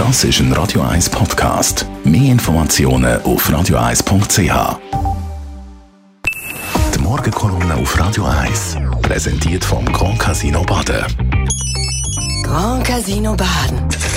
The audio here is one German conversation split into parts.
Das ist ein Radio 1 Podcast. Mehr Informationen auf radio1.ch. Die Morgenkolumne auf Radio 1 präsentiert vom Grand Casino Baden. Grand Casino Baden.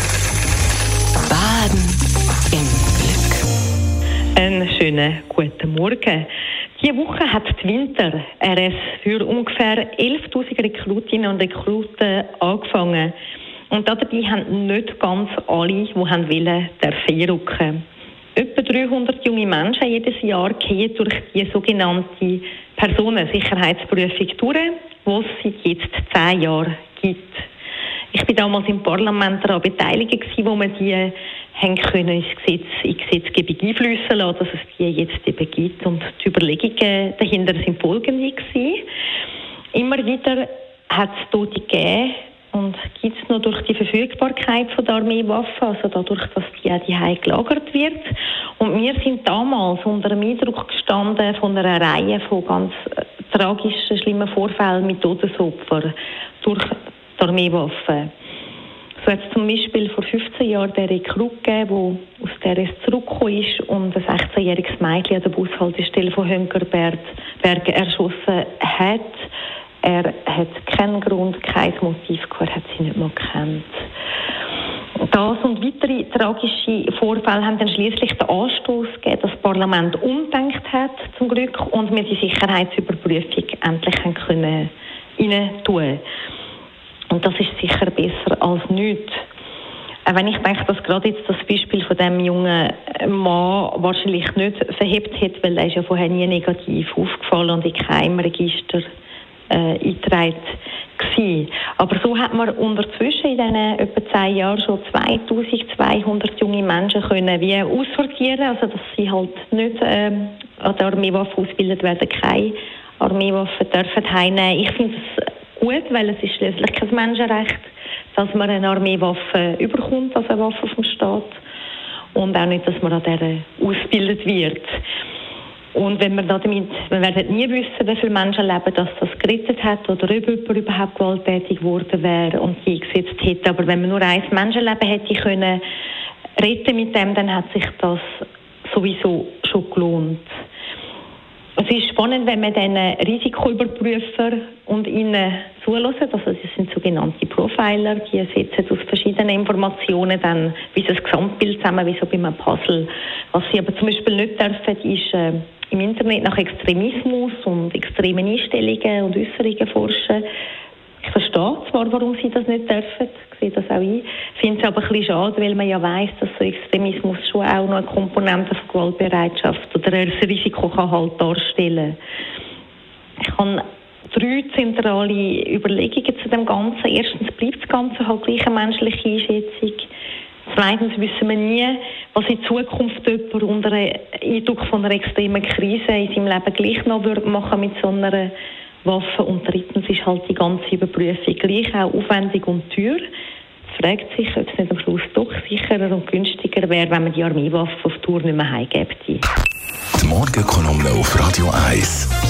Baden im Glück. Einen schönen guten Morgen. Diese Woche hat die Winter-RS für ungefähr 11'000 Rekrutinnen und Rekruten angefangen. Und dabei haben nicht ganz alle, die wollten, einrücken. Etwa 300 junge Menschen jedes Jahr gehen durch die sogenannte Personensicherheitsprüfung durch, die es seit jetzt 10 Jahren gibt. Ich war damals im Parlament daran beteiligt, wo wir die haben können in die Gesetzgebung einfliessen lassen, dass es die jetzt eben gibt. Und die Überlegungen dahinter sind folgende gewesen. Immer wieder hat es Tote gegeben und gibt es noch durch die Verfügbarkeit von der Armeewaffen, also dadurch, dass die auch daheim gelagert wird. Und wir sind damals unter dem Eindruck gestanden von einer Reihe von ganz tragischen, schlimmen Vorfällen mit Todesopfern durch die Armeewaffen. So hat es zum Beispiel vor 15 Jahren den Rekrut gegeben, der aus der es zurückgekommen ist und ein 16-jähriges Mädchen an der Bushaltestelle von Hönkerberg erschossen hat. Er hat keinen Grund, kein Motiv gehabt, er hat sie nicht mehr gekannt. Das und weitere tragische Vorfälle haben dann schliesslich den Anstoß gegeben, dass das Parlament umgedacht hat, zum Glück, und wir die Sicherheitsüberprüfung endlich können rein tun. Und das ist sicher besser als nichts. Auch wenn ich denke, dass gerade jetzt das Beispiel von diesem jungen Mann wahrscheinlich nicht verhebt hat, weil er ist ja vorher nie negativ aufgefallen und in keinem Register eingetragen war. Aber so hat man unterzwischen in diesen etwa 10 Jahren schon 2200 junge Menschen können wie aussortieren, also dass sie halt nicht an der Armeewaffe ausgebildet werden, keine Armeewaffen dürfen heimnehmen. Ich finde es gut, weil es ist schließlich kein Menschenrecht, dass man eine Armeewaffe überkommt, also eine Waffe vom Staat, und auch nicht, dass man an der ausgebildet wird. Und wenn wir werden nie wissen, wie viele Menschenleben das gerettet hat oder ob jemand überhaupt gewalttätig geworden wäre und die eingesetzt hätte. Aber wenn man nur ein Menschenleben hätte können retten mit dem, dann hat sich das sowieso schon gelohnt. Es ist spannend, wenn man diesen Risikoüberprüfer und ihnen zulässt. Also das sind sogenannte Profiler, die setzen aus verschiedenen Informationen dann wie ein Gesamtbild zusammen, wie so bei einem Puzzle. Was sie aber zum Beispiel nicht dürfen, ist im Internet nach Extremismus und extremen Einstellungen und Äußerungen forschen. Ich verstehe zwar, warum sie das nicht dürfen, ich sehe das auch ein. Ich finde es aber ein bisschen schade, weil man ja weiss, dass so Extremismus schon auch noch eine Komponente von Gewaltbereitschaft oder ein Risiko kann halt darstellen. Ich habe 3 zentrale Überlegungen zu dem Ganzen. Erstens bleibt das Ganze halt gleich eine menschliche Einschätzung. Zweitens wissen wir nie, was in Zukunft jemand unter Eindruck von einer extremen Krise in seinem Leben gleich noch machen mit so einer Waffe. Und drittens ist halt die ganze Überprüfung gleich auch aufwendig und teuer. Es fragt sich, ob es nicht am Schluss doch sicherer und günstiger wäre, wenn man die Armeewaffe auf Tour nicht mehr heimgäbe. Die Morgenkolumne auf Radio 1.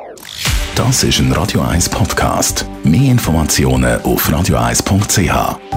Das ist ein Radio 1 Podcast. Mehr Informationen auf radio1.ch.